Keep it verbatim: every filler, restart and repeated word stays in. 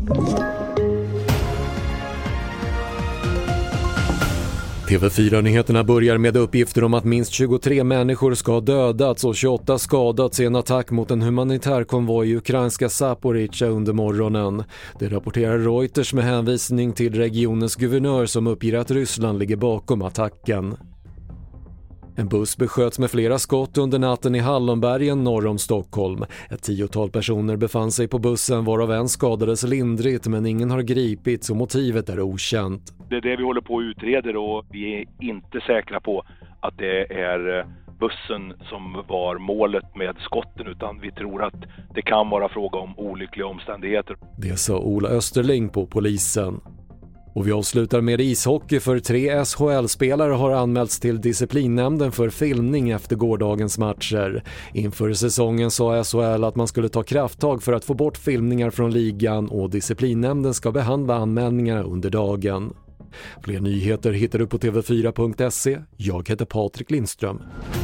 T V fyra-nyheterna börjar med uppgifter om att minst tjugotre människor ska ha dödats och tjugoåtta skadats i en attack mot en humanitär konvoj i ukrainska Zaporizjzja under morgonen. Det rapporterar Reuters med hänvisning till regionens guvernör som uppger att Ryssland ligger bakom attacken. En buss besköts med flera skott under natten i Hallonbergen norr om Stockholm. Ett tiotal personer befann sig på bussen varav en skadades lindrigt men ingen har gripits och motivet är okänt. Det är det vi håller på att utreda och vi är inte säkra på att det är bussen som var målet med skotten utan vi tror att det kan vara fråga om olyckliga omständigheter. Det sa Ola Österling på polisen. Och vi avslutar med ishockey för tre S H L-spelare har anmälts till disciplinnämnden för filmning efter gårdagens matcher. Inför säsongen sa S H L att man skulle ta krafttag för att få bort filmningar från ligan och disciplinnämnden ska behandla anmälningarna under dagen. Fler nyheter hittar du på t v fyra punkt se. Jag heter Patrik Lindström.